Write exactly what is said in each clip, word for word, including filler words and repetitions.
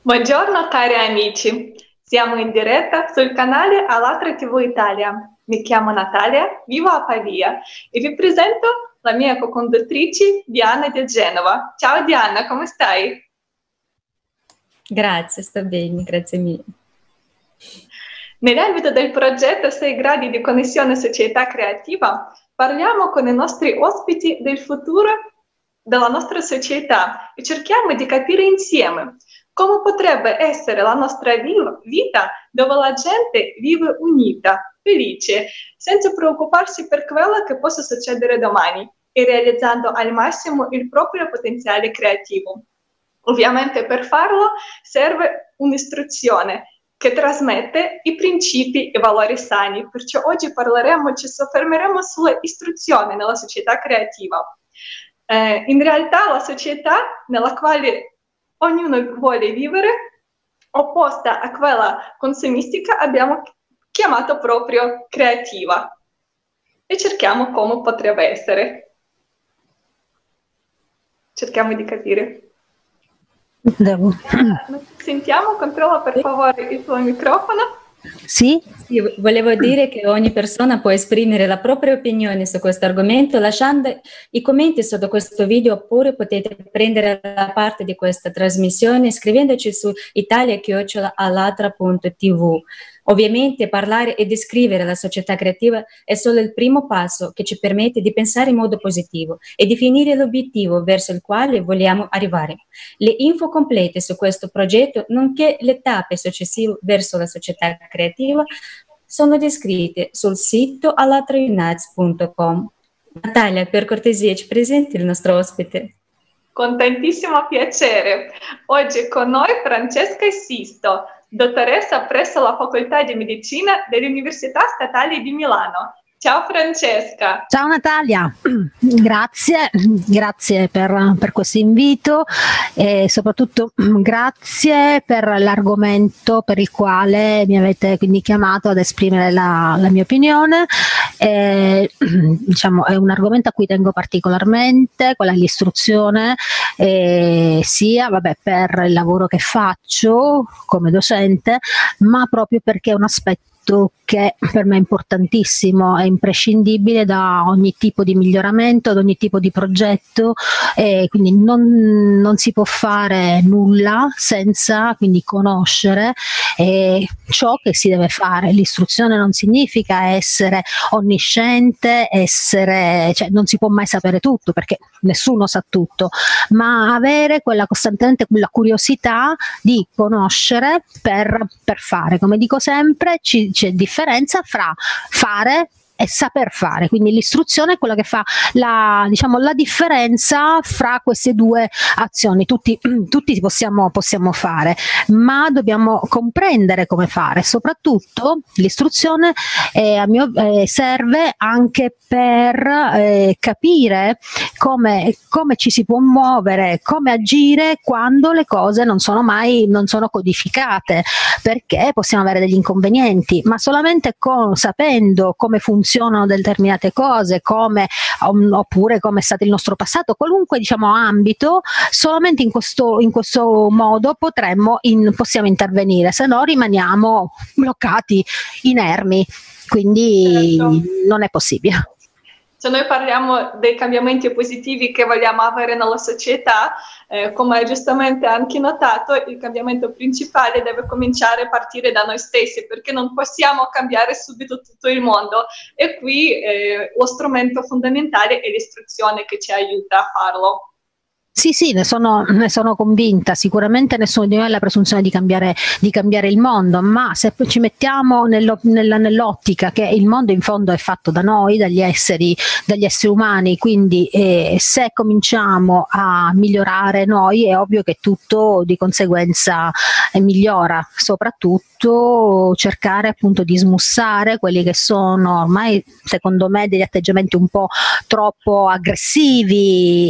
Buongiorno cari amici, siamo in diretta sul canale Alatra T V Italia. Mi chiamo Natalia, vivo a Pavia e vi presento la mia co-conduttrice Diana di Genova. Ciao Diana, come stai? Grazie, sto bene, grazie mille. Nell'ambito del progetto sei gradi di connessione società creativa parliamo con i nostri ospiti del futuro della nostra società e cerchiamo di capire insieme come potrebbe essere la nostra vita dove la gente vive unita, felice, senza preoccuparsi per quello che possa succedere domani e realizzando al massimo il proprio potenziale creativo. Ovviamente per farlo serve un'istruzione che trasmette i principi e valori sani, perciò oggi parleremo, ci soffermeremo sulla istruzione nella società creativa. Eh, in realtà la società nella quale ognuno vuole vivere, opposta a quella consumistica, abbiamo chiamato proprio creativa e cerchiamo come potrebbe essere. Cerchiamo di capire. Devo. Sentiamo, controlla per favore il tuo microfono. Sì? Sì, volevo dire che ogni persona può esprimere la propria opinione su questo argomento lasciando i commenti sotto questo video, oppure potete prendere la parte di questa trasmissione scrivendoci su italia chiocciola alatra punto tv. Ovviamente parlare e descrivere la società creativa è solo il primo passo che ci permette di pensare in modo positivo e definire l'obiettivo verso il quale vogliamo arrivare. Le info complete su questo progetto, nonché le tappe successive verso la società creativa, sono descritte sul sito alatraunites punto com. Natalia, per cortesia, ci presenti il nostro ospite? Con tantissimo piacere. Oggi è con noi Francesca Sisto, dottoressa presso la Facoltà di Medicina dell'Università Statale di Milano. Ciao Francesca. Ciao Natalia, grazie, grazie per, per questo invito e soprattutto grazie per l'argomento per il quale mi avete quindi chiamato ad esprimere la, la mia opinione. E, diciamo, è un argomento a cui tengo particolarmente, quella è l'istruzione, eh, sia vabbè, per il lavoro che faccio come docente, ma proprio perché è un aspetto che per me è importantissimo, è imprescindibile da ogni tipo di miglioramento, da ogni tipo di progetto, e quindi non, non si può fare nulla senza quindi conoscere eh, ciò che si deve fare. L'istruzione non significa essere onnisciente, essere, cioè non si può mai sapere tutto perché nessuno sa tutto, ma avere quella costantemente quella curiosità di conoscere per, per fare. Come dico sempre, ci, c'è differenza fra fare e saper fare, quindi l'istruzione è quella che fa la, diciamo, la differenza fra queste due azioni. Tutti, tutti possiamo, possiamo fare, ma dobbiamo comprendere come fare. Soprattutto l'istruzione eh, a mio, eh, serve anche per eh, capire come, come ci si può muovere, come agire quando le cose non sono mai non sono codificate, perché possiamo avere degli inconvenienti, ma solamente con, sapendo come funziona funzionano determinate cose, come um, oppure come è stato il nostro passato, qualunque diciamo ambito, solamente in questo, in questo modo potremmo in, possiamo intervenire, se no rimaniamo bloccati, inermi, quindi certo. Non è possibile. Se noi parliamo dei cambiamenti positivi che vogliamo avere nella società, eh, come hai giustamente anche notato, il cambiamento principale deve cominciare a partire da noi stessi, perché non possiamo cambiare subito tutto il mondo. E qui eh, lo strumento fondamentale è l'istruzione che ci aiuta a farlo. Sì, sì, ne sono, ne sono convinta. Sicuramente nessuno di noi ha la presunzione di cambiare, di cambiare il mondo, ma se ci mettiamo nello, nella, nell'ottica che il mondo in fondo è fatto da noi, dagli esseri, dagli esseri umani, quindi eh, se cominciamo a migliorare noi è ovvio che tutto di conseguenza eh, migliora, soprattutto cercare appunto di smussare quelli che sono ormai secondo me degli atteggiamenti un po' troppo aggressivi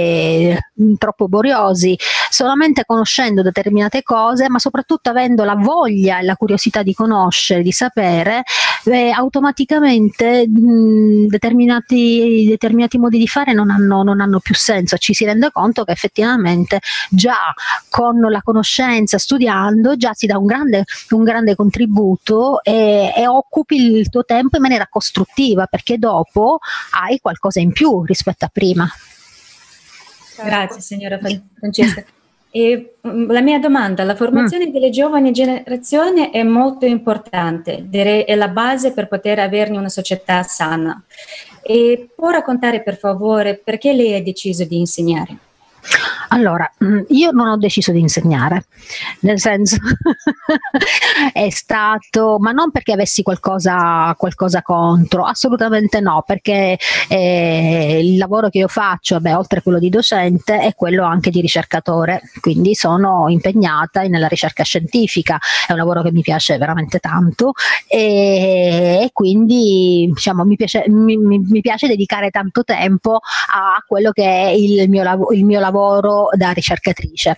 e troppo boriosi. Solamente conoscendo determinate cose, ma soprattutto avendo la voglia e la curiosità di conoscere, di sapere, eh, automaticamente mh, determinati, determinati modi di fare non hanno, non hanno più senso. Ci si rende conto che effettivamente già con la conoscenza, studiando, già si dà un grande, un grande contributo e, e occupi il tuo tempo in maniera costruttiva, perché dopo hai qualcosa in più rispetto a prima. Grazie signora Francesca. E la mia domanda, la formazione mm. delle giovani generazioni è molto importante, direi è la base per poter averne una società sana. E può raccontare per favore perché lei ha deciso di insegnare? Allora, io non ho deciso di insegnare, nel senso è stato, ma non perché avessi qualcosa, qualcosa contro, assolutamente no, perché eh, il lavoro che io faccio, beh, oltre a quello di docente, è quello anche di ricercatore, quindi sono impegnata nella ricerca scientifica, è un lavoro che mi piace veramente tanto e, e quindi diciamo, mi, piace, mi, mi piace dedicare tanto tempo a quello che è il mio, lav- il mio lavoro da ricercatrice,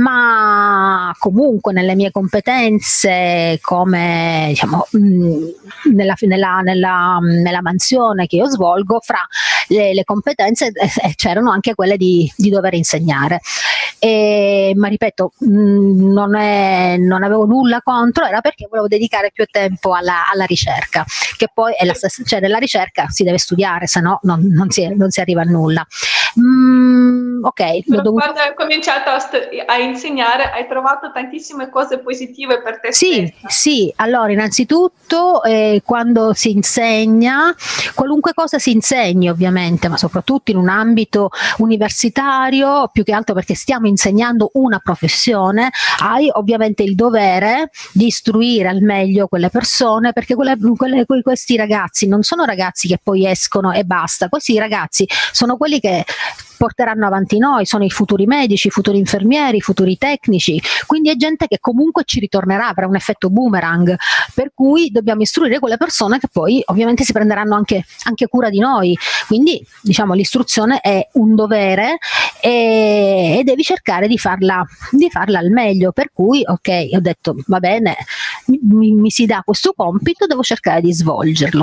ma comunque nelle mie competenze, come diciamo mh, nella, nella, nella, nella mansione che io svolgo, fra le, le competenze eh, c'erano anche quelle di, di dover insegnare. E, ma ripeto, mh, non, è, non avevo nulla contro, era perché volevo dedicare più tempo alla, alla ricerca, che poi è la stessa, cioè nella ricerca si deve studiare, se no non, non, si, non si arriva a nulla. Mm, ok, l'ho dovuto... Quando hai cominciato a, a insegnare hai trovato tantissime cose positive per te sì, stessa. Sì, allora innanzitutto eh, quando si insegna, qualunque cosa si insegni ovviamente, ma soprattutto in un ambito universitario, più che altro perché stiamo insegnando una professione, hai ovviamente il dovere di istruire al meglio quelle persone, perché quelle, quelle, questi ragazzi non sono ragazzi che poi escono e basta, questi ragazzi sono quelli che porteranno avanti noi, sono i futuri medici, i futuri infermieri, i futuri tecnici, quindi è gente che comunque ci ritornerà, avrà un effetto boomerang, per cui dobbiamo istruire quelle persone che poi ovviamente si prenderanno anche, anche cura di noi, quindi diciamo l'istruzione è un dovere e, e devi cercare di farla, di farla al meglio, per cui ok, ho detto va bene, mi, mi si dà questo compito, devo cercare di svolgerlo.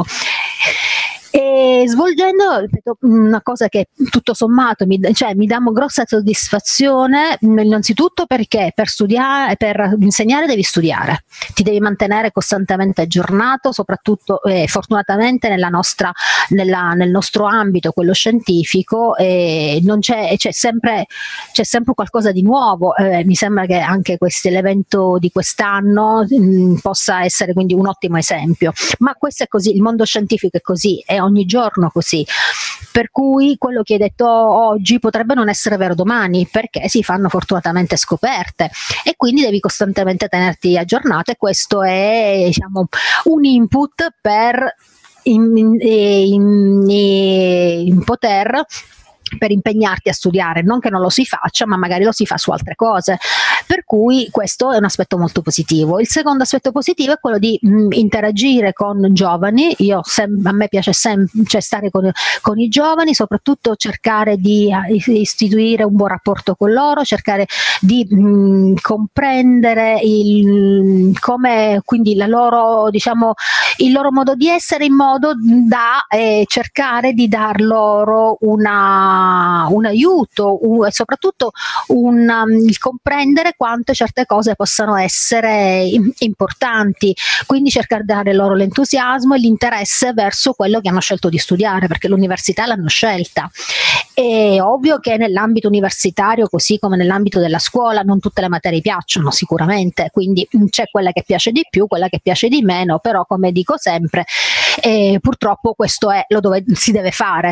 E svolgendo, ripeto, una cosa che tutto sommato mi, cioè, mi dà una grossa soddisfazione, innanzitutto perché per studiare, per insegnare devi studiare, ti devi mantenere costantemente aggiornato, soprattutto eh, fortunatamente nella nostra, nella, nel nostro ambito, quello scientifico, eh, non c'è, c'è, sempre, c'è sempre qualcosa di nuovo, eh, mi sembra che anche questo, l'evento di quest'anno mh, possa essere quindi un ottimo esempio, ma questo è così, il mondo scientifico è così, è ogni giorno così, per cui quello che hai detto oggi potrebbe non essere vero domani, perché si fanno fortunatamente scoperte e quindi devi costantemente tenerti aggiornato, e questo è diciamo un input per in, in, in, in poter per impegnarti a studiare, non che non lo si faccia, ma magari lo si fa su altre cose, per cui questo è un aspetto molto positivo. Il secondo aspetto positivo è quello di mh, interagire con giovani. Io sem- a me piace sempre cioè stare con, con i giovani, soprattutto cercare di uh, istituire un buon rapporto con loro, cercare di mh, comprendere il, come quindi la loro, diciamo, il loro modo di essere, in modo da eh, cercare di dar loro una un aiuto un, e soprattutto un, um, il comprendere quanto certe cose possano essere importanti, quindi cercare di dare loro l'entusiasmo e l'interesse verso quello che hanno scelto di studiare, perché l'università l'hanno scelta. È ovvio che nell'ambito universitario, così come nell'ambito della scuola, non tutte le materie piacciono sicuramente, quindi c'è quella che piace di più, quella che piace di meno, però come dico sempre eh, purtroppo questo è lo dove si deve fare.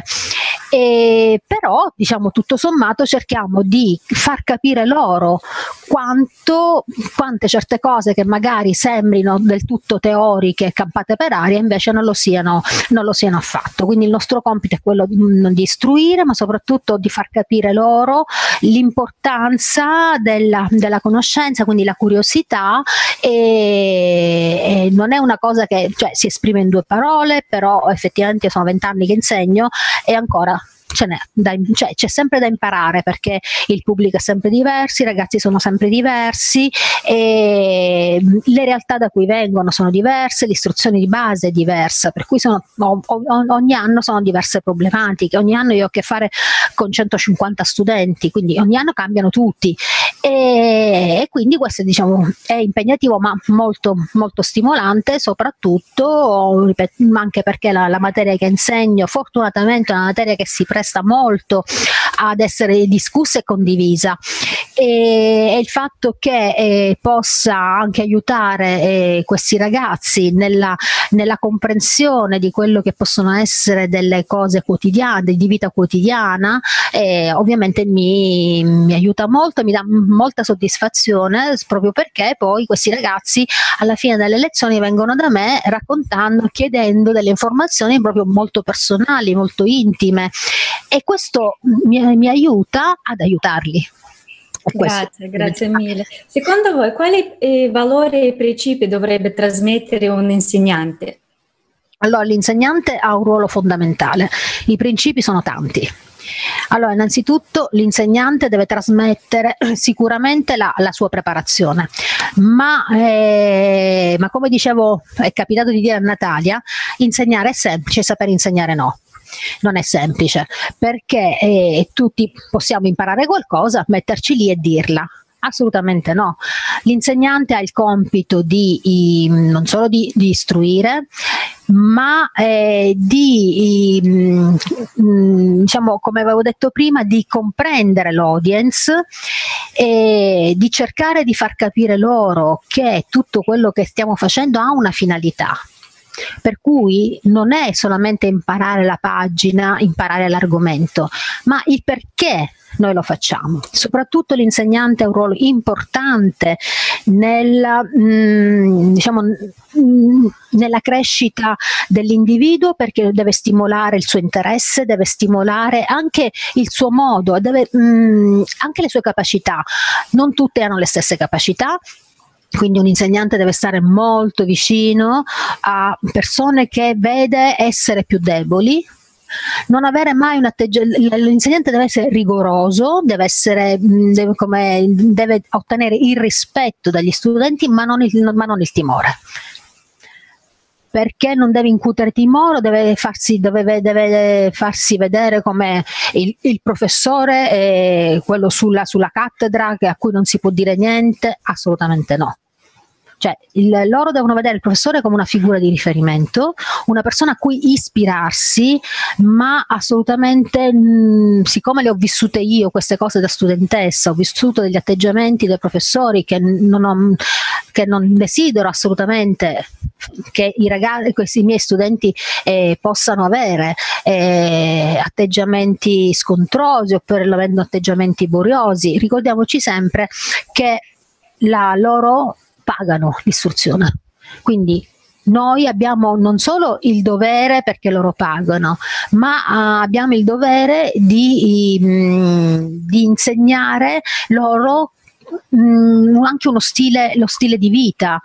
E però diciamo tutto sommato cerchiamo di far capire loro quanto, quante certe cose che magari sembrino del tutto teoriche, campate per aria, invece non lo siano, non lo siano affatto. Quindi il nostro compito è quello di, di istruire, ma soprattutto di far capire loro l'importanza della, della conoscenza, quindi la curiosità, e, e non è una cosa che cioè, si esprime in due parole, però effettivamente sono vent'anni che insegno e ancora ce n'è, da, cioè, c'è sempre da imparare, perché il pubblico è sempre diverso, i ragazzi sono sempre diversi, e le realtà da cui vengono sono diverse, l'istruzione di base è diversa, per cui sono, o, o, ogni anno sono diverse problematiche, ogni anno io ho a che fare con centocinquanta studenti, quindi ogni anno cambiano tutti, e, e quindi questo, diciamo, è impegnativo ma molto, molto stimolante, soprattutto ripeto, anche perché la, la materia che insegno fortunatamente è una materia che si presta molto ad essere discussa e condivisa, e, e il fatto che eh, possa anche aiutare eh, questi ragazzi nella, nella comprensione di quello che possono essere delle cose quotidiane, di vita quotidiana, eh, ovviamente mi, mi aiuta molto, mi dà molta soddisfazione, proprio perché poi questi ragazzi alla fine delle lezioni vengono da me raccontando, chiedendo delle informazioni proprio molto personali, molto intime, e questo mi, mi aiuta ad aiutarli. Grazie, grazie mille. Secondo voi quali eh, valori e principi dovrebbe trasmettere un insegnante? Allora, l'insegnante ha un ruolo fondamentale, i principi sono tanti. Allora, innanzitutto l'insegnante deve trasmettere sicuramente la, la sua preparazione, ma, eh, ma come dicevo, è capitato di dire a Natalia, insegnare è semplice, saper insegnare no. Non è semplice, perché eh, tutti possiamo imparare qualcosa, metterci lì e dirla. Assolutamente no. L'insegnante ha il compito di, di non solo di, di istruire, ma eh, di, mh, diciamo, come avevo detto prima, di comprendere l'audience e di cercare di far capire loro che tutto quello che stiamo facendo ha una finalità. Per cui non è solamente imparare la pagina, imparare l'argomento, ma il perché noi lo facciamo. Soprattutto l'insegnante ha un ruolo importante nella, mh, diciamo, mh, nella crescita dell'individuo, perché deve stimolare il suo interesse, deve stimolare anche il suo modo, deve, mh, anche le sue capacità. Non tutte hanno le stesse capacità. Quindi un insegnante deve stare molto vicino a persone che vede essere più deboli, non avere mai un atteggiamento, l'insegnante deve essere rigoroso, deve, essere, deve, come, deve ottenere il rispetto dagli studenti, ma non il, ma non il timore. Perché non deve incutere timore, deve farsi, deve, deve farsi vedere come il, il professore, eh, quello sulla, sulla cattedra, che a cui non si può dire niente, assolutamente no. Cioè, il, loro devono vedere il professore come una figura di riferimento, una persona a cui ispirarsi, ma assolutamente, mh, siccome le ho vissute io queste cose da studentessa, ho vissuto degli atteggiamenti dei professori che non, ho, che non desidero assolutamente che i ragazzi, questi miei studenti eh, possano avere eh, atteggiamenti scontrosi oppure avendo atteggiamenti boriosi. Ricordiamoci sempre che la loro pagano l'istruzione, quindi noi abbiamo non solo il dovere, perché loro pagano, ma uh, abbiamo il dovere di, mh, di insegnare loro mh, anche uno stile, lo stile di vita,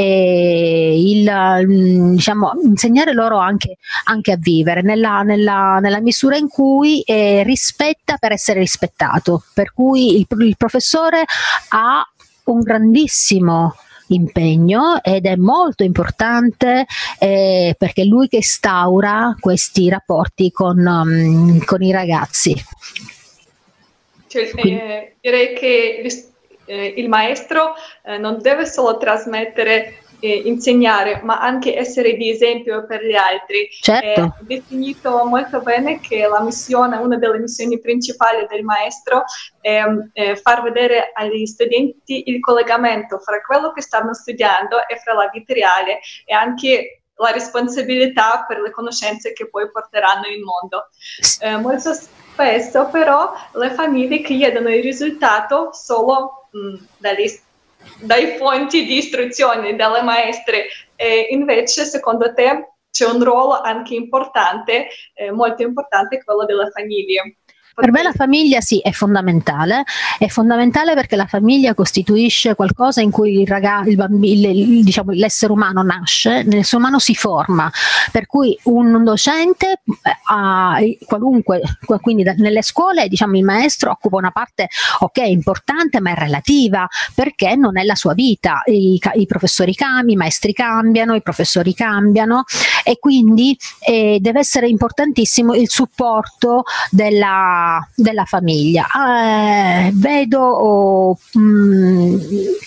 e il, mh, diciamo, insegnare loro anche, anche a vivere nella, nella, nella misura in cui eh, rispetta per essere rispettato, per cui il, il professore ha un grandissimo impegno ed è molto importante, eh, perché è lui che instaura questi rapporti con, um, con i ragazzi. Cioè, eh, direi che eh, il maestro eh, non deve solo trasmettere, eh, insegnare, ma anche essere di esempio per gli altri. Certo. Ho eh, definito molto bene che la missione, una delle missioni principali del maestro è eh, far vedere agli studenti il collegamento fra quello che stanno studiando e fra la vita reale, e anche la responsabilità per le conoscenze che poi porteranno in mondo. Eh, molto spesso però le famiglie chiedono il risultato solo mh, dagli, dai fonti di istruzione, dalle maestre, e invece secondo te c'è un ruolo anche importante, eh, molto importante, quello delle famiglie. Per me la famiglia sì, è fondamentale, è fondamentale perché la famiglia costituisce qualcosa in cui il ragazzo, il bambino, il, diciamo, l'essere umano nasce, l'essere umano si forma, per cui un docente ha qualunque, quindi nelle scuole diciamo il maestro occupa una parte ok importante ma è relativa perché non è la sua vita, i, i professori cambiano, i maestri cambiano, i professori cambiano e quindi eh, deve essere importantissimo il supporto della della famiglia. Eh, vedo oh, mh,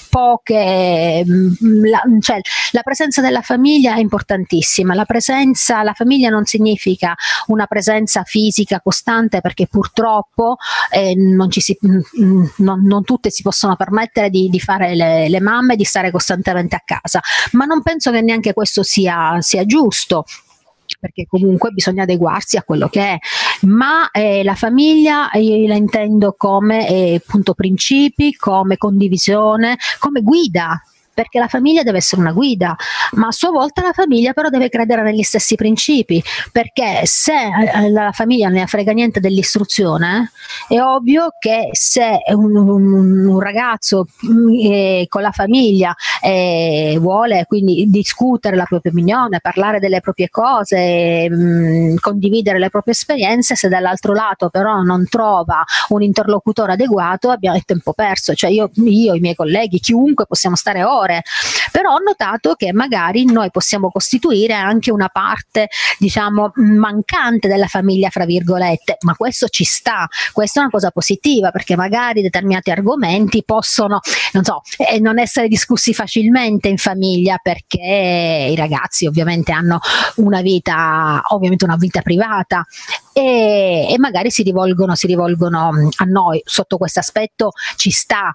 poche mh, la, cioè, la presenza della famiglia è importantissima. La presenza, la famiglia non significa una presenza fisica costante perché purtroppo eh, non, ci si, mh, non, non tutte si possono permettere di, di fare le, le mamme, di stare costantemente a casa, ma non penso che neanche questo sia, sia giusto, perché comunque bisogna adeguarsi a quello che è, ma eh, la famiglia io la intendo come eh, punto principi, come condivisione, come guida, perché la famiglia deve essere una guida, ma a sua volta la famiglia però deve credere negli stessi principi, perché se la famiglia non ne frega niente dell'istruzione, è ovvio che se un, un, un ragazzo eh, con la famiglia eh, vuole quindi discutere la propria opinione, parlare delle proprie cose, mh, condividere le proprie esperienze, se dall'altro lato però non trova un interlocutore adeguato, abbiamo il tempo perso. Cioè io, io i miei colleghi, chiunque, possiamo stare ore, però ho notato che magari noi possiamo costituire anche una parte diciamo mancante della famiglia fra virgolette, ma questo ci sta, questa è una cosa positiva perché magari determinati argomenti possono non so eh, non essere discussi facilmente in famiglia perché i ragazzi ovviamente hanno una vita ovviamente una vita privata e, e magari si rivolgono si rivolgono a noi. Sotto questo aspetto ci sta,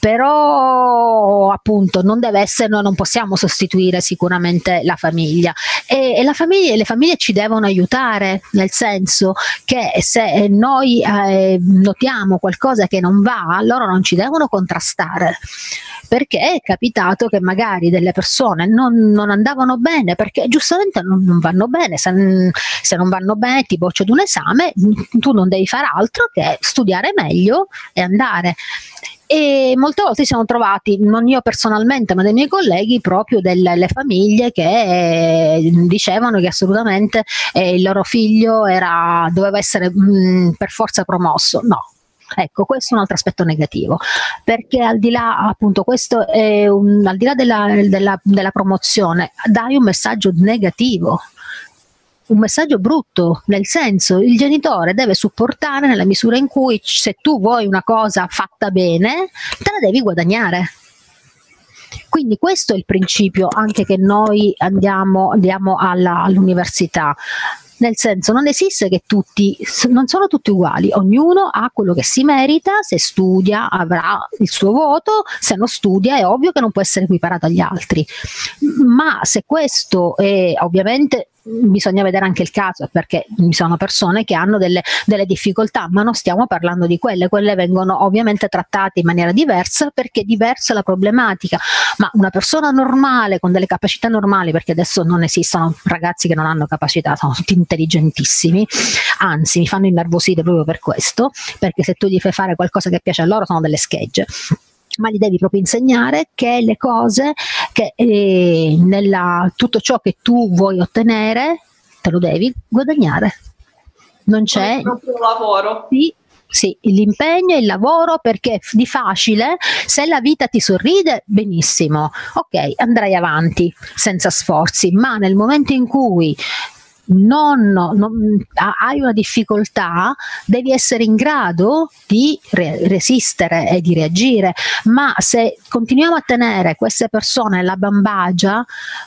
però appunto non deve essere, noi non possiamo sostituire sicuramente la famiglia e, e la famiglia, le famiglie ci devono aiutare, nel senso che se noi eh, notiamo qualcosa che non va, loro non ci devono contrastare, perché è capitato che magari delle persone non, non andavano bene perché giustamente non, non vanno bene, se, se non vanno bene ti boccio ad un esame, tu non devi fare altro che studiare meglio e andare. E molte volte si sono trovati, non io personalmente ma dei miei colleghi, proprio delle famiglie che eh, dicevano che assolutamente eh, il loro figlio era, doveva essere mh, per forza promosso. No. Ecco, questo è un altro aspetto negativo, perché al di là, appunto, questo è un, al di là della, della, della promozione, dai un messaggio negativo, un messaggio brutto, nel senso il genitore deve supportare nella misura in cui se tu vuoi una cosa fatta bene, te la devi guadagnare. Quindi questo è il principio anche che noi andiamo, andiamo alla, all'università. Nel senso, non esiste che tutti, non sono tutti uguali, ognuno ha quello che si merita, se studia avrà il suo voto, se non studia è ovvio che non può essere equiparato agli altri, ma se questo è ovviamente bisogna vedere anche il caso, perché ci sono persone che hanno delle, delle difficoltà, ma non stiamo parlando di quelle, quelle vengono ovviamente trattate in maniera diversa perché è diversa la problematica, ma una persona normale con delle capacità normali, perché adesso non esistono ragazzi che non hanno capacità, sono tutti intelligentissimi, anzi mi fanno innervosire proprio per questo, perché se tu gli fai fare qualcosa che piace a loro sono delle schegge, ma gli devi proprio insegnare che le cose, che eh, nella, tutto ciò che tu vuoi ottenere te lo devi guadagnare, non c'è il proprio lavoro. Sì, sì, l'impegno e il lavoro, perché di facile, se la vita ti sorride benissimo, ok, andrai avanti senza sforzi, ma nel momento in cui Non, non, hai una difficoltà, devi essere in grado di re resistere e di reagire, ma se continuiamo a tenere queste persone alla bambagia,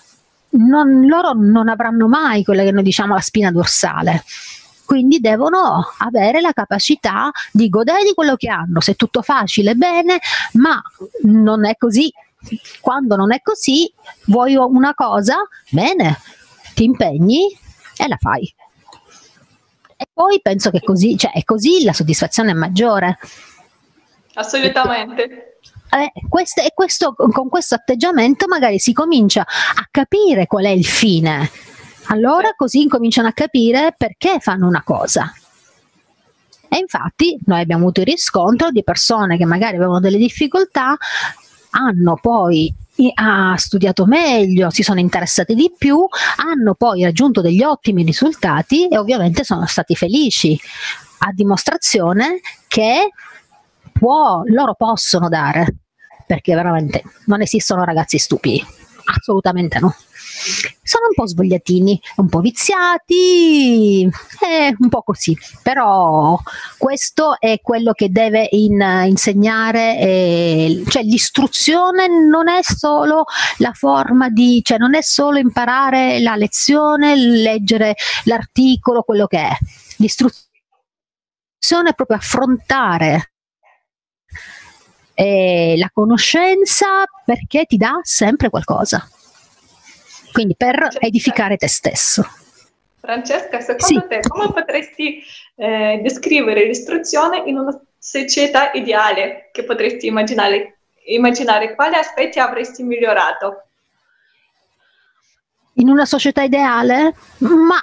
non, loro non avranno mai quella che noi diciamo la spina dorsale, quindi devono avere la capacità di godere di quello che hanno. Se è tutto facile, bene, ma non è così. Quando non è così, vuoi una cosa, bene, ti impegni e la fai, e poi penso che così, cioè è così la soddisfazione è maggiore. Assolutamente. Eh, questo, e questo, con questo atteggiamento magari si comincia a capire qual è il fine, allora così incominciano a capire perché fanno una cosa. E infatti noi abbiamo avuto il riscontro di persone che magari avevano delle difficoltà, hanno poi ha studiato meglio, si sono interessati di più, hanno poi raggiunto degli ottimi risultati e ovviamente sono stati felici, a dimostrazione che può, loro possono dare, perché veramente non esistono ragazzi stupidi, assolutamente no. Sono un po' svogliatini, un po' viziati, eh, un po' così, però questo è quello che deve in, insegnare, eh, cioè l'istruzione non è solo la forma di, cioè non è solo imparare la lezione, leggere l'articolo, quello che è. L'istruzione è proprio affrontare eh, la conoscenza, perché ti dà sempre qualcosa. Quindi per edificare te stesso. Francesca, secondo sì. te come potresti eh, descrivere l'istruzione in una società ideale che potresti immaginare? Immaginare quali aspetti avresti migliorato? In una società ideale? Ma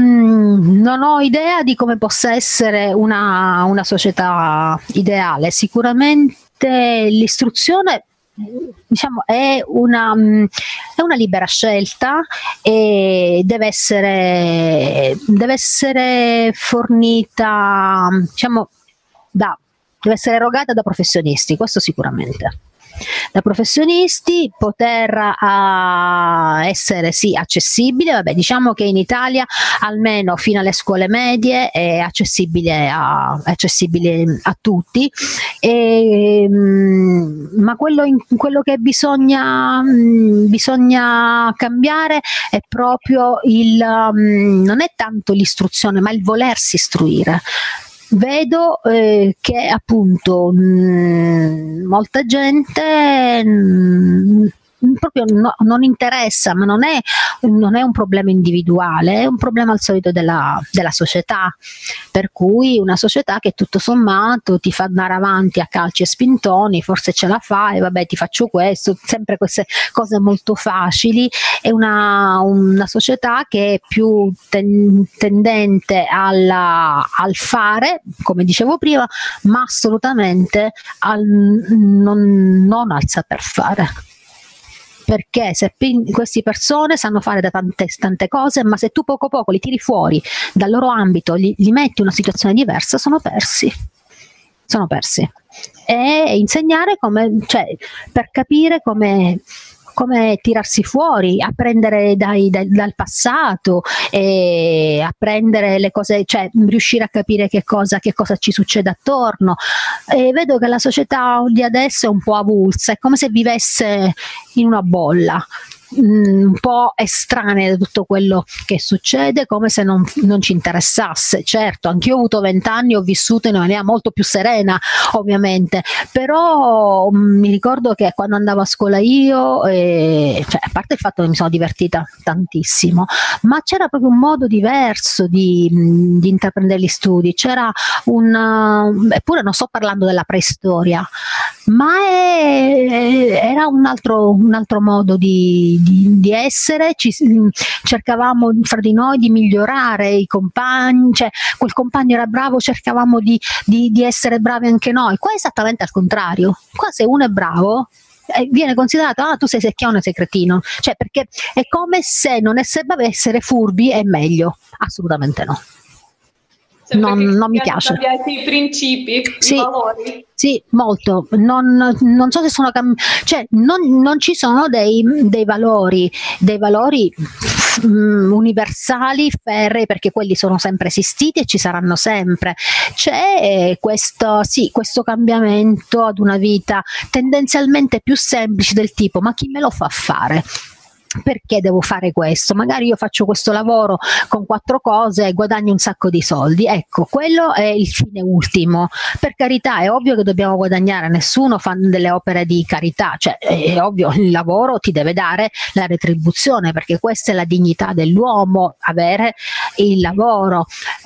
um, non ho idea di come possa essere una, una società ideale. Sicuramente l'istruzione, diciamo, è una, è una libera scelta e deve essere, deve essere fornita, diciamo, da, deve essere erogata da professionisti, questo sicuramente. Da professionisti, poter uh, essere sì accessibile, vabbè, diciamo che in Italia almeno fino alle scuole medie è accessibile a, è accessibile a tutti, e, um, ma quello, in, quello che bisogna, um, bisogna cambiare è proprio il, um, non è tanto l'istruzione ma il volersi istruire. Vedo eh, che appunto mh, molta gente mh, proprio no, non interessa, ma non è, non è un problema individuale, è un problema al solito della, della società, per cui una società che tutto sommato ti fa andare avanti a calci e spintoni, forse ce la fai, vabbè ti faccio questo, sempre queste cose molto facili, è una, una società che è più ten, tendente alla, al fare, come dicevo prima, ma assolutamente al, non, non al saper fare. Perché se queste persone sanno fare da tante, tante cose, ma se tu poco poco li tiri fuori dal loro ambito, li, li metti in una situazione diversa, sono persi. Sono persi. E insegnare come, cioè, per capire come, come tirarsi fuori, apprendere dai, dai, dal passato, e apprendere le cose, cioè riuscire a capire che cosa, che cosa ci succede attorno. E vedo che la società di adesso è un po' avulsa, è come se vivesse in una bolla, un po' estranea da tutto quello che succede, come se non, non ci interessasse. Certo, anch'io ho avuto vent'anni, ho vissuto in una maniera molto più serena ovviamente, però mh, mi ricordo che quando andavo a scuola io, eh, cioè, a parte il fatto che mi sono divertita tantissimo, ma c'era proprio un modo diverso di, di intraprendere gli studi, c'era un, uh, eppure non sto parlando della preistoria, ma è, era un altro, un altro modo di Di, di essere, ci, cercavamo fra di noi di migliorare i compagni, cioè quel compagno era bravo, cercavamo di, di, di essere bravi anche noi. Qua è esattamente al contrario, qua se uno è bravo eh, viene considerato, ah tu sei secchione, sei cretino, cioè perché è come se non essere bravi, essere furbi è meglio. Assolutamente no. Non, non mi piace. Cambiati i principi, sì, i valori. Sì, molto. Non, non so se sono cambiati, cioè non, non ci sono dei, dei valori, dei valori um, universali, ferrei, perché quelli sono sempre esistiti e ci saranno sempre. C'è questo, sì, questo cambiamento ad una vita tendenzialmente più semplice, del tipo, ma chi me lo fa fare? Perché devo fare questo? Magari io faccio questo lavoro con quattro cose e guadagno un sacco di soldi. Ecco, quello è il fine ultimo. Per carità, è ovvio che dobbiamo guadagnare, nessuno fa delle opere di carità, cioè è ovvio, il lavoro ti deve dare la retribuzione, perché questa è la dignità dell'uomo, avere il lavoro,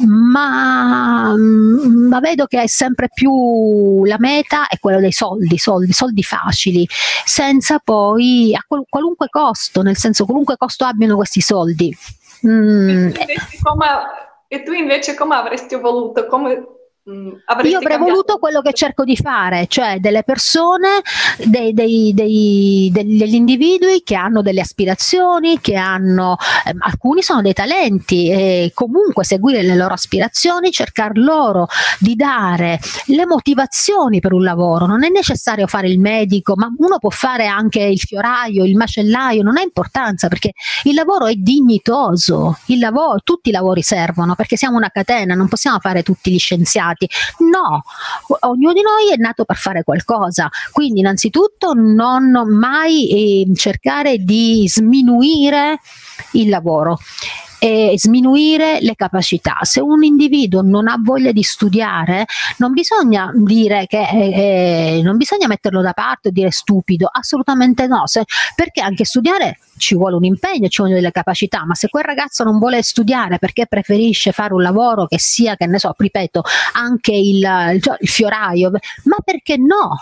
ma, ma vedo che è sempre più la meta è quello dei soldi, soldi, soldi facili, senza poi a qual, qualunque costo, nel senso qualunque costo abbiano questi soldi. Mm. E, tu come, e tu invece come avresti voluto, come mh, Io avrei voluto quello che cerco di fare, cioè delle persone, dei, dei, dei, degli individui che hanno delle aspirazioni, che hanno, eh, alcuni sono dei talenti, e comunque seguire le loro aspirazioni, cercare loro di dare le motivazioni per un lavoro. Non è necessario fare il medico, ma uno può fare anche il fioraio, il macellaio, non ha importanza, perché il lavoro è dignitoso, il lavoro, tutti i lavori servono, perché siamo una catena, non possiamo fare tutti gli scienziati. No, ognuno di noi è nato per fare qualcosa, quindi innanzitutto non mai eh, cercare di sminuire il lavoro e sminuire le capacità. Se un individuo non ha voglia di studiare, non bisogna dire che eh, non bisogna metterlo da parte e dire stupido, assolutamente no, se, perché anche studiare ci vuole un impegno, ci vogliono delle capacità, ma se quel ragazzo non vuole studiare perché preferisce fare un lavoro che sia, che ne so, ripeto, anche il, il, il fioraio, ma perché no?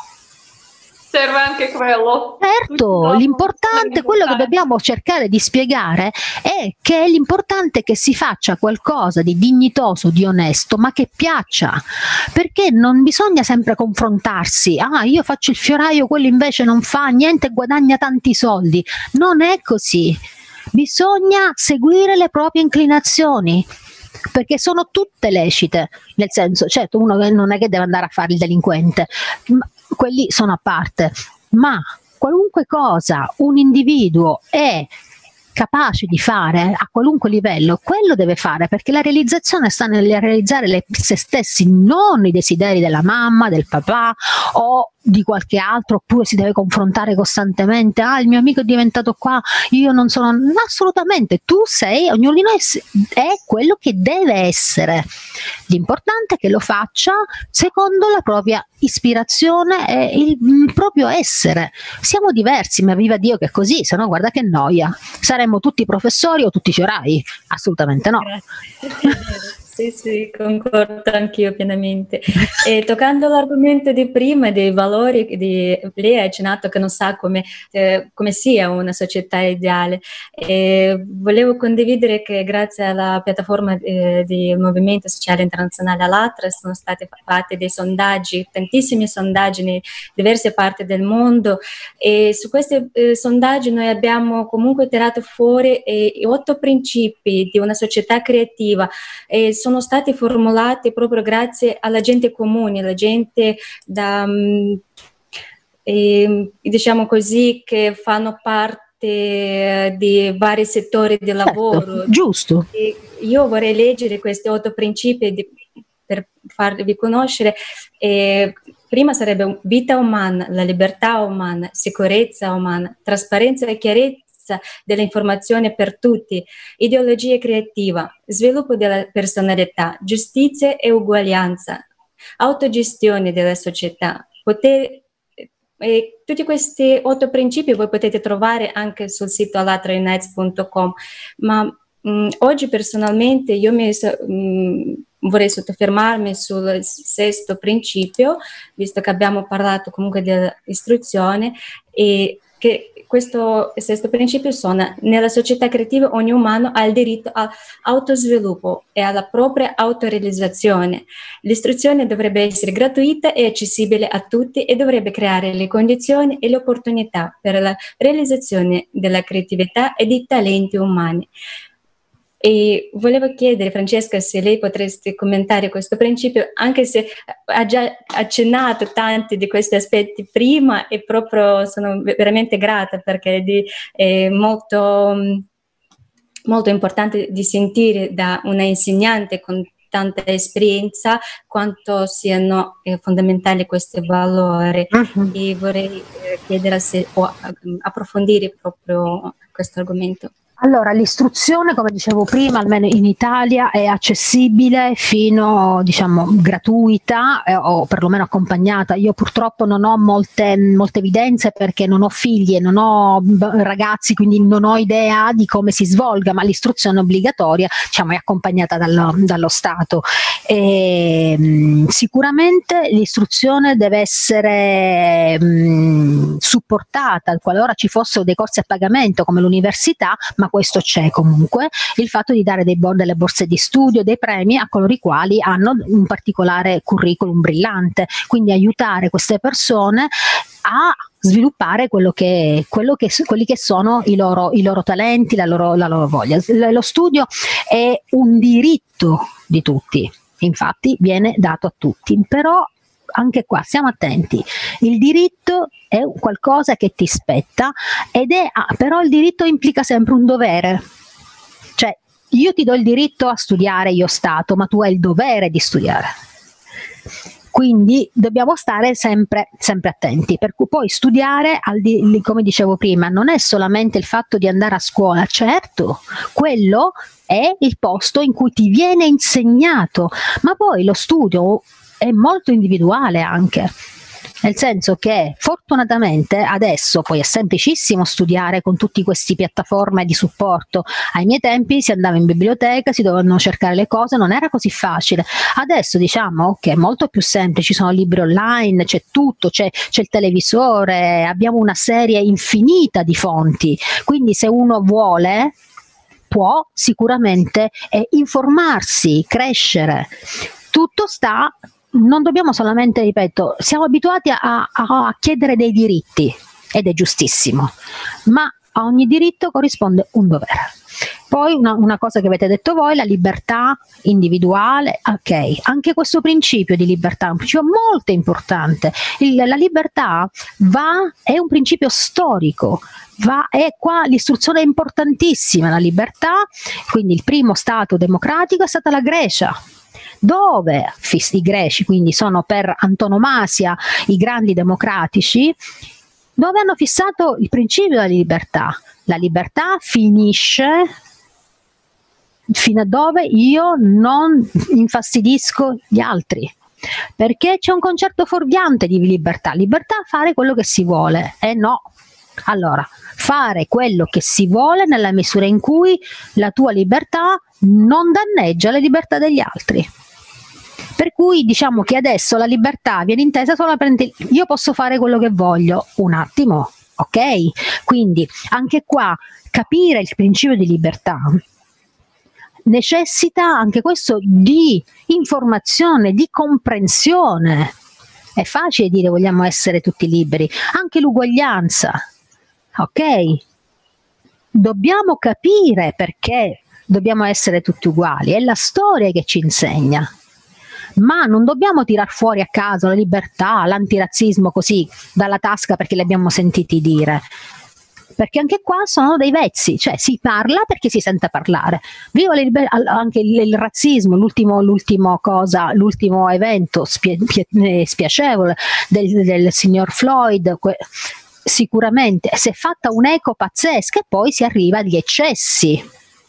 Serve anche quello. Certo, l'importante, quello che dobbiamo cercare di spiegare è che l'importante è che si faccia qualcosa di dignitoso, di onesto, ma che piaccia, perché non bisogna sempre confrontarsi. Ah, io faccio il fioraio, quello invece non fa niente e guadagna tanti soldi. Non è così. Bisogna seguire le proprie inclinazioni, perché sono tutte lecite, nel senso, certo, uno non è che deve andare a fare il delinquente, ma quelli sono a parte, ma qualunque cosa un individuo è capace di fare a qualunque livello, quello deve fare, perché la realizzazione sta nel realizzare le, se stessi, non i desideri della mamma, del papà o di qualche altro, oppure si deve confrontare costantemente. Ah, il mio amico è diventato qua, io non sono. No, assolutamente, tu sei, ognuno di noi è quello che deve essere. L'importante è che lo faccia secondo la propria ispirazione e il, il proprio essere. Siamo diversi, ma viva Dio che è così, se no guarda che noia. Saremmo tutti professori o tutti fiorai? Assolutamente no. Grazie. Sì, sì, concordo anch'io pienamente. E toccando l'argomento di prima, dei valori, di, lei ha accennato che non sa come, eh, come sia una società ideale. E volevo condividere che grazie alla piattaforma eh, di Movimento Sociale Internazionale ALLATRA sono stati fatti dei sondaggi, tantissimi sondaggi in diverse parti del mondo, e su questi eh, sondaggi noi abbiamo comunque tirato fuori eh, otto principi di una società creativa. E sono stati formulati proprio grazie alla gente comune, alla gente da, eh, diciamo così, che fanno parte di vari settori di lavoro. Certo, giusto. E io vorrei leggere questi otto principi di, per farvi conoscere. Eh, prima sarebbe vita umana, la libertà umana, sicurezza umana, trasparenza e chiarezza dell'informazione per tutti, ideologia creativa, sviluppo della personalità, giustizia e uguaglianza, autogestione della società, potere. E tutti questi otto principi voi potete trovare anche sul sito allatra unites punto com, ma mh, oggi personalmente io mi mh, vorrei soffermarmi sul sesto principio, visto che abbiamo parlato comunque dell'istruzione, e che questo sesto principio sono: nella società creativa ogni umano ha il diritto all'autosviluppo e alla propria autorealizzazione. L'istruzione dovrebbe essere gratuita e accessibile a tutti e dovrebbe creare le condizioni e le opportunità per la realizzazione della creatività e dei talenti umani. E volevo chiedere, Francesca, se lei potreste commentare questo principio, anche se ha già accennato tanti di questi aspetti prima, e proprio sono veramente grata perché è molto, molto importante di sentire da una insegnante con tanta esperienza quanto siano eh, fondamentali questi valori. Uh-huh. E vorrei eh, chiedere se può approfondire proprio questo argomento. Allora, l'istruzione, come dicevo prima, almeno in Italia è accessibile fino, diciamo, gratuita eh, o perlomeno accompagnata. Io purtroppo non ho molte, molte evidenze perché non ho figli e non ho ragazzi, quindi non ho idea di come si svolga, ma l'istruzione obbligatoria, diciamo, è accompagnata dallo, dallo Stato. E, mh, sicuramente l'istruzione deve essere mh, supportata qualora ci fossero dei corsi a pagamento come l'università, ma questo c'è comunque, il fatto di dare dei bon, delle borse di studio, dei premi a coloro i quali hanno un particolare curriculum brillante, quindi aiutare queste persone a sviluppare quello che, quello che, quelli che sono i loro, i loro talenti, la loro, la loro voglia. Lo studio è un diritto di tutti, infatti viene dato a tutti, però anche qua stiamo attenti, il diritto è qualcosa che ti spetta, ed è, però il diritto implica sempre un dovere, cioè io ti do il diritto a studiare, io Stato, ma tu hai il dovere di studiare. Quindi dobbiamo stare sempre, sempre attenti, per cui poi studiare, al di, come dicevo prima, non è solamente il fatto di andare a scuola, certo, quello è il posto in cui ti viene insegnato, ma poi lo studio è molto individuale anche. Nel senso che fortunatamente adesso poi è semplicissimo studiare con tutte queste piattaforme di supporto. Ai miei tempi si andava in biblioteca, si dovevano cercare le cose, non era così facile. Adesso diciamo che è molto più semplice, ci sono libri online, c'è tutto, c'è, c'è il televisore, abbiamo una serie infinita di fonti, quindi se uno vuole può sicuramente eh, informarsi, crescere. Tutto sta... Non dobbiamo solamente, ripeto, siamo abituati a, a, a chiedere dei diritti, ed è giustissimo, ma a ogni diritto corrisponde un dovere. Poi una, una cosa che avete detto voi, la libertà individuale, ok, anche questo principio di libertà è un principio molto importante. Il, la libertà va, è un principio storico, va, è qua l'istruzione è importantissima, la libertà, quindi il primo stato democratico è stata la Grecia, dove i greci, quindi sono per antonomasia i grandi democratici, dove hanno fissato il principio della libertà. La libertà finisce fino a dove io non infastidisco gli altri, perché c'è un concetto fuorviante di libertà. Libertà a fare quello che si vuole, e eh no. Allora, fare quello che si vuole nella misura in cui la tua libertà non danneggia le libertà degli altri. Per cui diciamo che adesso la libertà viene intesa solamente, io posso fare quello che voglio, un attimo, ok? Quindi anche qua capire il principio di libertà necessita anche questo di informazione, di comprensione. È facile dire vogliamo essere tutti liberi, anche l'uguaglianza, ok? Dobbiamo capire perché dobbiamo essere tutti uguali, è la storia che ci insegna. Ma non dobbiamo tirar fuori a caso la libertà, l'antirazzismo così dalla tasca perché li abbiamo sentiti dire, perché anche qua sono dei vezzi, cioè si parla perché si sente parlare. Viva le liber- anche il, il razzismo, l'ultimo, l'ultimo cosa, l'ultimo evento spie- spie- spiacevole del, del signor Floyd, que- sicuramente si è fatta un'eco pazzesca, e poi si arriva agli eccessi.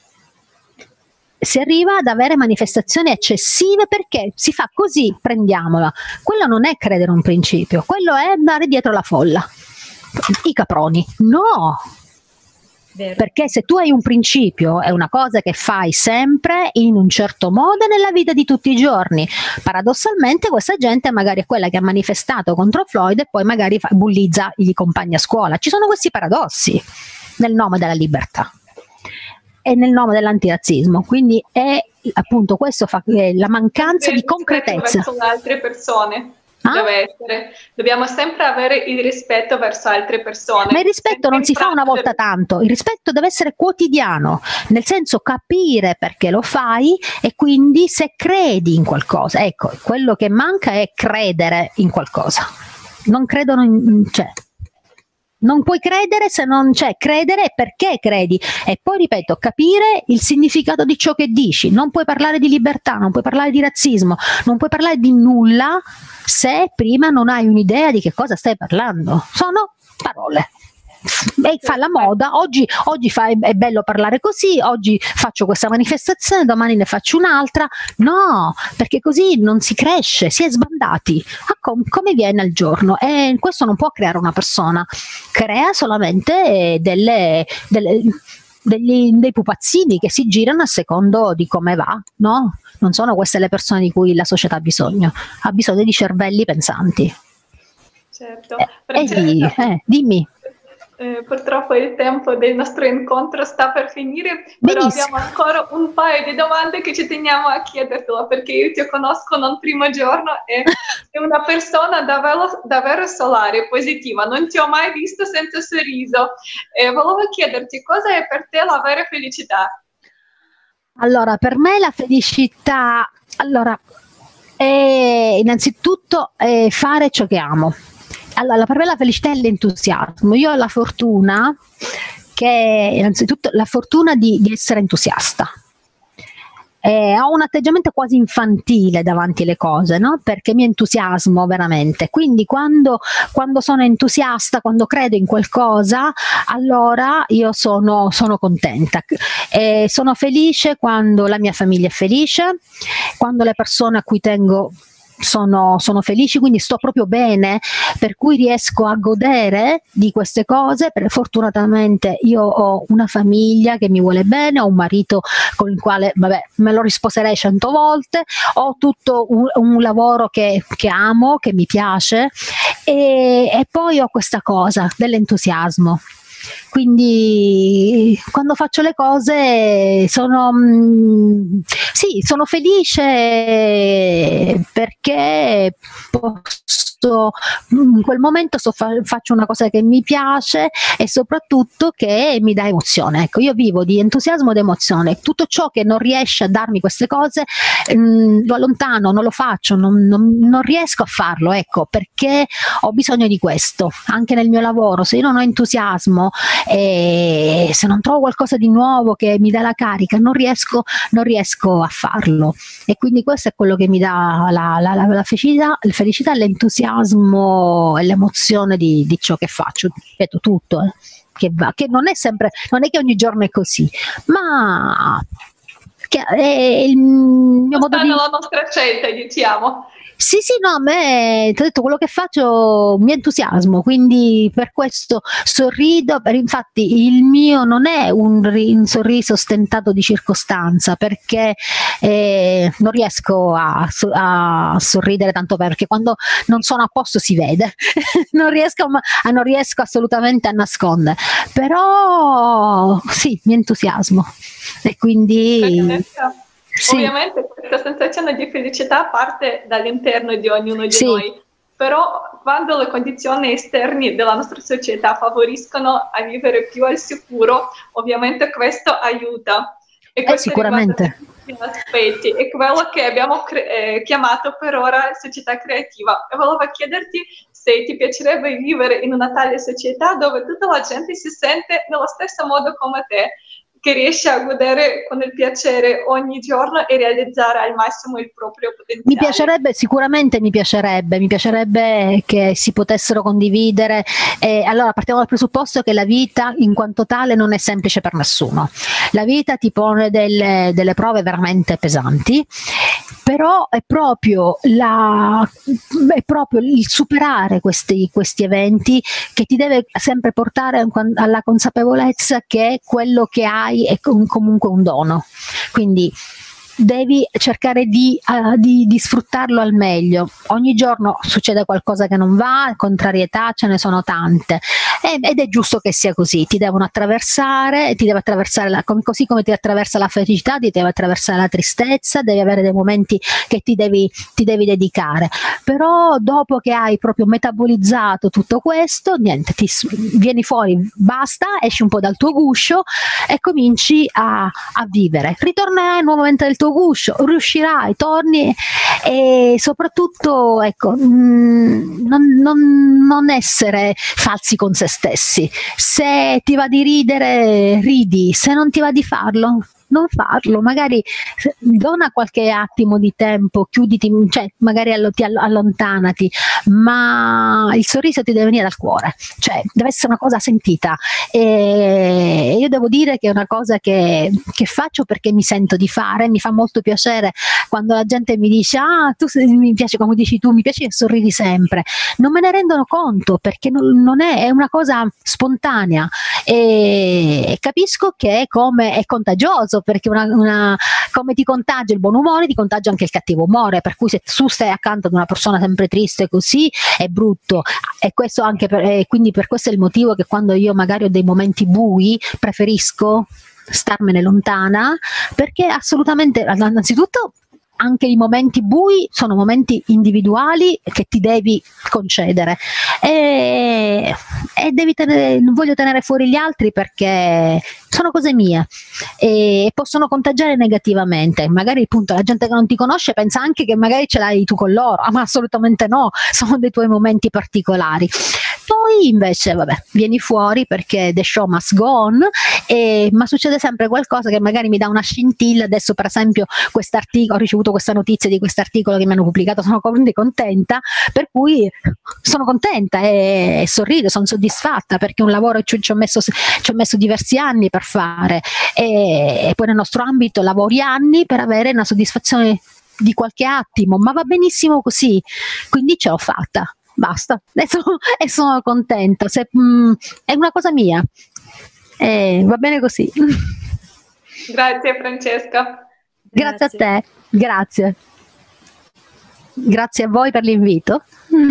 Si arriva ad avere manifestazioni eccessive perché si fa così, prendiamola. Quello non è credere un principio, quello è andare dietro la folla. I caproni, no! Vero. Perché se tu hai un principio è una cosa che fai sempre in un certo modo nella vita di tutti i giorni. Paradossalmente questa gente magari è quella che ha manifestato contro Floyd e poi magari fa, bullizza i compagni a scuola. Ci sono questi paradossi nel nome della libertà e nel nome dell'antirazzismo, quindi è appunto questo fa, eh, la mancanza di concretezza verso altre persone. Ah? Deve essere. Dobbiamo sempre avere il rispetto verso altre persone. Ma il rispetto non si fa una volta tanto, il rispetto deve essere quotidiano, nel senso capire perché lo fai e quindi se credi in qualcosa. Ecco, quello che manca è credere in qualcosa. Non credono in... Cioè, non puoi credere se non c'è, credere perché credi, e poi ripeto, capire il significato di ciò che dici. Non puoi parlare di libertà, non puoi parlare di razzismo, non puoi parlare di nulla se prima non hai un'idea di che cosa stai parlando. Sono parole. E fa la moda, oggi, oggi fa, è bello parlare così, oggi faccio questa manifestazione, domani ne faccio un'altra. No, perché così non si cresce, si è sbandati ah, com- come viene al giorno, e questo non può creare una persona, crea solamente delle, delle degli, dei pupazzini che si girano a secondo di come va, no? Non sono queste le persone di cui la società ha bisogno, ha bisogno di cervelli pensanti. Certo. Eh, e di, eh, dimmi. Eh, purtroppo il tempo del nostro incontro sta per finire, però Benissimo. abbiamo ancora un paio di domande che ci teniamo a chiedertelo, perché io ti conosco non primo giorno e è una persona davvero, davvero solare, positiva, non ti ho mai visto senza sorriso. E volevo chiederti cosa è per te la vera felicità? Allora, per me la felicità, allora, è innanzitutto è fare ciò che amo. Allora, per me la felicità è l'entusiasmo. Io ho la fortuna che, innanzitutto, la fortuna di, di essere entusiasta. Eh, ho un atteggiamento quasi infantile davanti alle cose, no? Perché mi entusiasmo veramente. Quindi quando, quando sono entusiasta, quando credo in qualcosa, allora io sono, sono contenta. Eh, sono felice quando la mia famiglia è felice, quando le persone a cui tengo Sono, sono felici, quindi sto proprio bene, per cui riesco a godere di queste cose. Per, fortunatamente io ho una famiglia che mi vuole bene, ho un marito con il quale, vabbè, me lo risposerei cento volte, ho tutto un, un lavoro che, che amo, che mi piace, e, e poi ho questa cosa dell'entusiasmo. Quindi quando faccio le cose sono, mh, sì, sono felice perché posso, in quel momento so fa, faccio una cosa che mi piace e soprattutto che mi dà emozione. Ecco, io vivo di entusiasmo ed emozione. Tutto ciò che non riesce a darmi queste cose mh, lo allontano, non lo faccio, non, non, non riesco a farlo, ecco, perché ho bisogno di questo anche nel mio lavoro. Se io non ho entusiasmo e se non trovo qualcosa di nuovo che mi dà la carica, non riesco, non riesco a farlo, e quindi questo è quello che mi dà la, la, la, la felicità, la felicità, l'entusiasmo e l'emozione di, di ciò che faccio. Ripeto, tutto eh, che va, che non è sempre, non è che ogni giorno è così, ma che è il mio modo di... la nostra scelta, diciamo. Sì, sì, no, a me, ti ho detto, quello che faccio mi entusiasmo, quindi per questo sorrido. Per, infatti il mio non è un, un sorriso stentato di circostanza, perché eh, non riesco a, a sorridere tanto, perché quando non sono a posto si vede, non riesco, a, non riesco assolutamente a nascondere, però sì, mi entusiasmo e quindi... Sì. Ovviamente questa sensazione di felicità parte dall'interno di ognuno di sì. noi, però quando le condizioni esterne della nostra società favoriscono a vivere più al sicuro, ovviamente questo aiuta. E questo eh, sicuramente. Aspetti, è quello che abbiamo eh, chiamato per ora società creativa. E volevo chiederti se ti piacerebbe vivere in una tale società dove tutta la gente si sente nello stesso modo come te, che riesce a godere con il piacere ogni giorno e realizzare al massimo il proprio potenziale. Mi piacerebbe, sicuramente mi piacerebbe, mi piacerebbe che si potessero condividere. Eh, allora partiamo dal presupposto che la vita in quanto tale non è semplice per nessuno. La vita ti pone delle, delle prove veramente pesanti, però è proprio, la, è proprio il superare questi, questi eventi che ti deve sempre portare alla consapevolezza che quello che hai è comunque un dono, quindi devi cercare di, uh, di, di sfruttarlo al meglio. Ogni giorno succede qualcosa che non va, contrarietà ce ne sono tante, e, ed è giusto che sia così. Ti devono attraversare, ti deve attraversare la, com, così come ti attraversa la felicità, ti deve attraversare la tristezza, devi avere dei momenti che ti devi, ti devi dedicare, però dopo che hai proprio metabolizzato tutto questo, niente, ti vieni fuori, basta, esci un po' dal tuo guscio e cominci a, a vivere, ritornerai nuovamente nel tuo guscio, riuscirai, torni, e soprattutto ecco, mh, non, non, non essere falsi con se stessi. Se ti va di ridere, ridi, se non ti va di farlo, non farlo, magari dona qualche attimo di tempo, chiuditi, cioè magari allo, ti allontanati, ma il sorriso ti deve venire dal cuore, cioè deve essere una cosa sentita, e io devo dire che è una cosa che, che faccio perché mi sento di fare. Mi fa molto piacere quando la gente mi dice ah tu mi piace, come dici tu, mi piace che sorridi sempre. Non me ne rendono conto perché non, non è, è una cosa spontanea, e, e capisco che come è contagioso, perché una, una, come ti contagia il buon umore ti contagia anche il cattivo umore, per cui se tu stai accanto ad una persona sempre triste così è brutto, e questo anche per, e quindi per questo è il motivo che quando io magari ho dei momenti bui preferisco starmene lontana, perché assolutamente, innanzitutto anche i momenti bui sono momenti individuali che ti devi concedere, e, e devi tenere, non voglio tenere fuori gli altri perché sono cose mie e possono contagiare negativamente. Magari appunto la gente che non ti conosce pensa anche che magari ce l'hai tu con loro, ma assolutamente no, sono dei tuoi momenti particolari. Poi invece vabbè, vieni fuori perché the show must go on, e, ma succede sempre qualcosa che magari mi dà una scintilla. Adesso per esempio quest'articolo, ho ricevuto questa notizia di quest'articolo che mi hanno pubblicato, sono contenta, per cui sono contenta e, e sorrido, sono soddisfatta perché un lavoro ci, ci, ho messo, ci ho messo diversi anni per fare, e, e poi nel nostro ambito lavori anni per avere una soddisfazione di qualche attimo, ma va benissimo così, quindi ce l'ho fatta. Basta, e sono, e sono contenta. Se, mh, è una cosa mia, e va bene così. Grazie Francesca. Grazie, grazie a te, grazie. Grazie a voi per l'invito.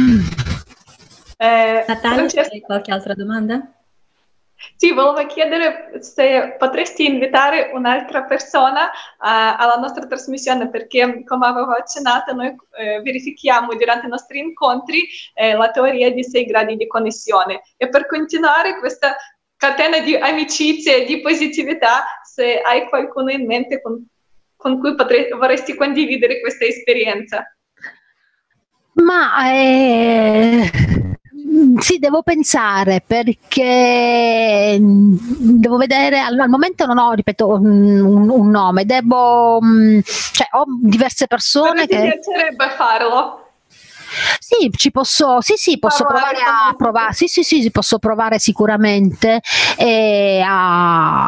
Eh, Natalia, Francesca, hai qualche altra domanda? Sì, volevo chiedere se potresti invitare un'altra persona uh, alla nostra trasmissione, perché come avevo accennato noi eh, verifichiamo durante i nostri incontri eh, la teoria di sei gradi di connessione, e per continuare questa catena di amicizie e di positività, se hai qualcuno in mente con, con cui potrei, vorresti condividere questa esperienza. Ma eh... sì, devo pensare, perché devo vedere, al, al momento non ho, ripeto, un, un nome, devo, cioè ho diverse persone. Ma che mi piacerebbe farlo. Sì, ci posso, sì, sì, posso provare a provare, sì, sì, sì, posso provare sicuramente e a,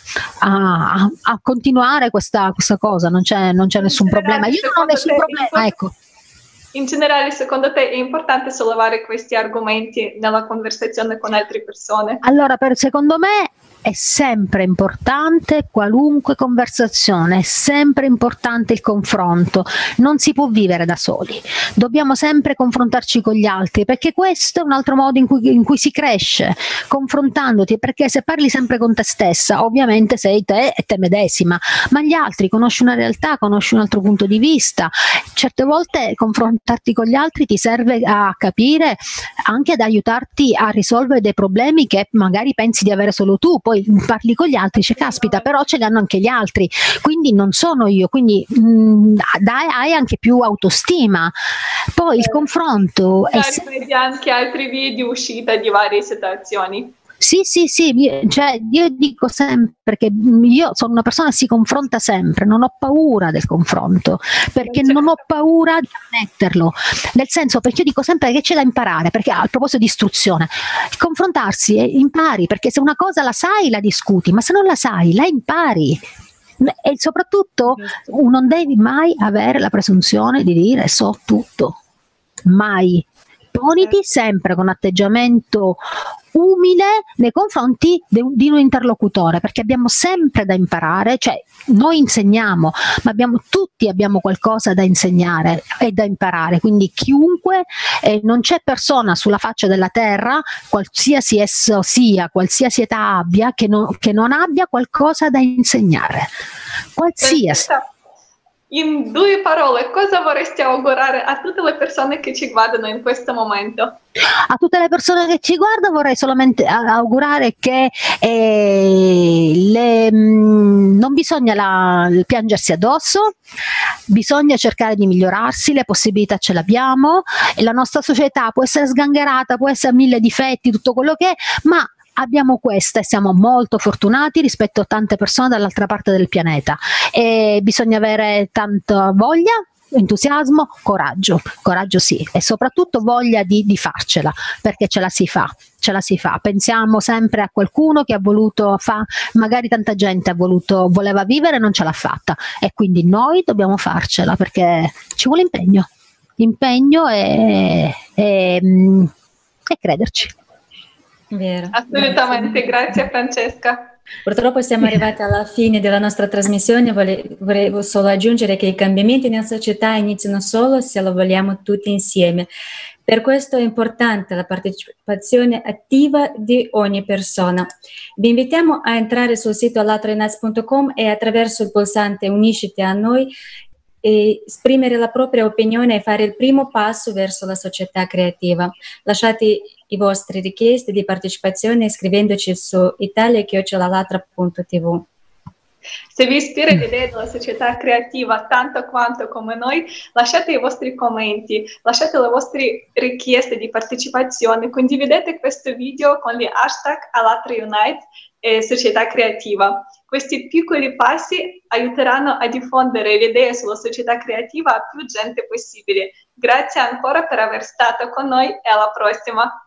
a, a continuare questa, questa cosa, non c'è, non c'è nessun problema. Io non ho nessun problema, ecco. In generale, secondo te è importante sollevare questi argomenti nella conversazione con altre persone? Allora, per, secondo me è sempre importante qualunque conversazione, è sempre importante il confronto, non si può vivere da soli, dobbiamo sempre confrontarci con gli altri, perché questo è un altro modo in cui, in cui si cresce, confrontandoti, perché se parli sempre con te stessa, ovviamente sei te e te medesima, ma gli altri, conosci una realtà, conosci un altro punto di vista, certe volte confrontarti con gli altri ti serve a capire, anche ad aiutarti a risolvere dei problemi che magari pensi di avere solo tu, poi parli con gli altri, dice caspita, però ce li hanno anche gli altri, quindi non sono io, quindi mh, dai, hai anche più autostima. Poi il confronto è vedi anche altri video uscita di varie situazioni. Sì, sì, sì, cioè io dico sempre che io sono una persona che si confronta sempre, non ho paura del confronto, perché non ho paura di ammetterlo, nel senso, perché io dico sempre che c'è da imparare, perché a proposito di istruzione, confrontarsi e impari, perché se una cosa la sai la discuti, ma se non la sai la impari. E soprattutto non devi mai avere la presunzione di dire so tutto, mai. Poniti sempre con atteggiamento umile nei confronti di un interlocutore, perché abbiamo sempre da imparare, cioè noi insegniamo, ma abbiamo, tutti abbiamo qualcosa da insegnare e da imparare, quindi chiunque, eh, non c'è persona sulla faccia della terra, qualsiasi esso sia, qualsiasi età abbia, che, no, che non abbia qualcosa da insegnare, qualsiasi. In due parole, cosa vorresti augurare a tutte le persone che ci guardano in questo momento? A tutte le persone che ci guardano vorrei solamente augurare che eh, le, mh, non bisogna la, piangersi addosso, bisogna cercare di migliorarsi, le possibilità ce l'abbiamo, e la nostra società può essere sgangherata, può essere mille difetti, tutto quello che è, ma abbiamo questa e siamo molto fortunati rispetto a tante persone dall'altra parte del pianeta, e bisogna avere tanta voglia, entusiasmo, coraggio, coraggio sì, e soprattutto voglia di, di farcela, perché ce la si fa, ce la si fa. Pensiamo sempre a qualcuno che ha voluto fa, magari tanta gente ha voluto, voleva vivere e non ce l'ha fatta, e quindi noi dobbiamo farcela, perché ci vuole impegno, impegno e, e, e crederci. Vero. Assolutamente, grazie, grazie Francesca. Purtroppo siamo arrivati alla fine della nostra trasmissione, Vole- vorrei solo aggiungere che i cambiamenti nella società iniziano solo se lo vogliamo tutti insieme. Per questo è importante la partecipazione attiva di ogni persona. Vi invitiamo a entrare sul sito alatroinas punto com e attraverso il pulsante Unisciti a noi e esprimere la propria opinione e fare il primo passo verso la società creativa. Lasciate i vostri richieste di partecipazione scrivendoci su italia chiocciola alatra punto tv. Se vi ispira l'idea della società creativa tanto quanto come noi, lasciate i vostri commenti, lasciate le vostre richieste di partecipazione, condividete questo video con gli hashtag AlatraUnite e Società Creativa. Questi piccoli passi aiuteranno a diffondere le idee sulla società creativa a più gente possibile. Grazie ancora per aver stato con noi e alla prossima!